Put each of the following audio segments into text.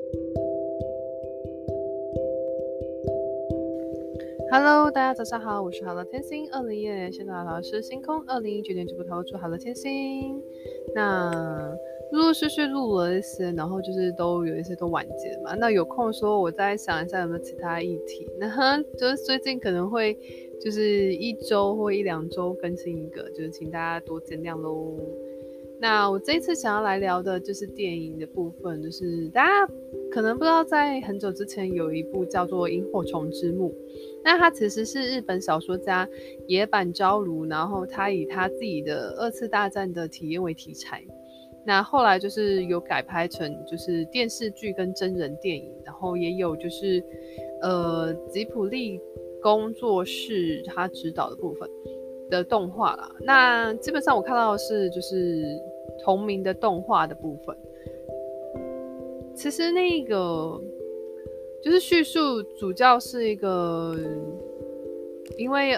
Hello，大家早上好，我是好了天星2010年现在老师星空2019年直播投出好了天星。那陆陆续续录了一些，然后就是都有一些都完结了嘛。那有空说我再想一下有没有其他议题。那就是最近可能会就是1周或1-2周更新一个，就是请大家多见谅咯。那我这一次想要来聊的就是电影的部分，就是大家可能不知道，在很久之前有一部叫做《萤火虫之墓》，那它其实是日本小说家野坂昭如，然后他以他自己的2次大战的体验为题材，那后来就是有改拍成就是电视剧跟真人电影，然后也有就是吉卜力工作室他指导的部分的动画啦。那基本上我看到的是就是同名的动画的部分。其实那个就是叙述主教是一个，因为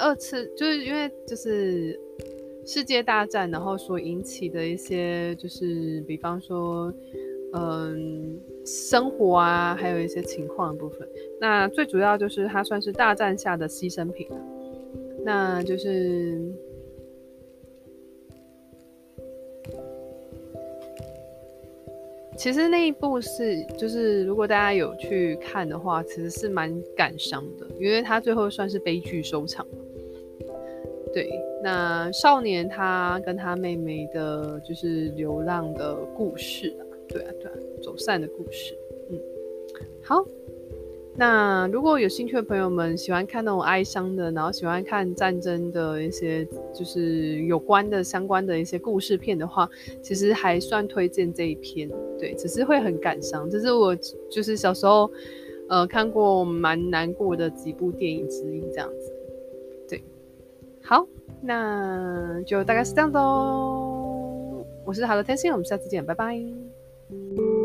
就是世界大战，然后所引起的一些就是比方说生活啊，还有一些情况的部分。那最主要就是它算是大战下的牺牲品啊。那就是其实那一部是，就是如果大家有去看的话，其实是蛮感伤的，因为他最后算是悲剧收场。对，那少年他跟他妹妹的，就是流浪的故事啊，对啊，走散的故事。好，那如果有兴趣的朋友们喜欢看那种哀伤的，然后喜欢看战争的一些就是有关的相关的一些故事片的话，其实还算推荐这一篇。对，只是会很感伤，这是我就是小时候看过蛮难过的几部电影之一这样子。对，好，那就大概是这样的哦。我是好的天星，我们下次见，拜拜。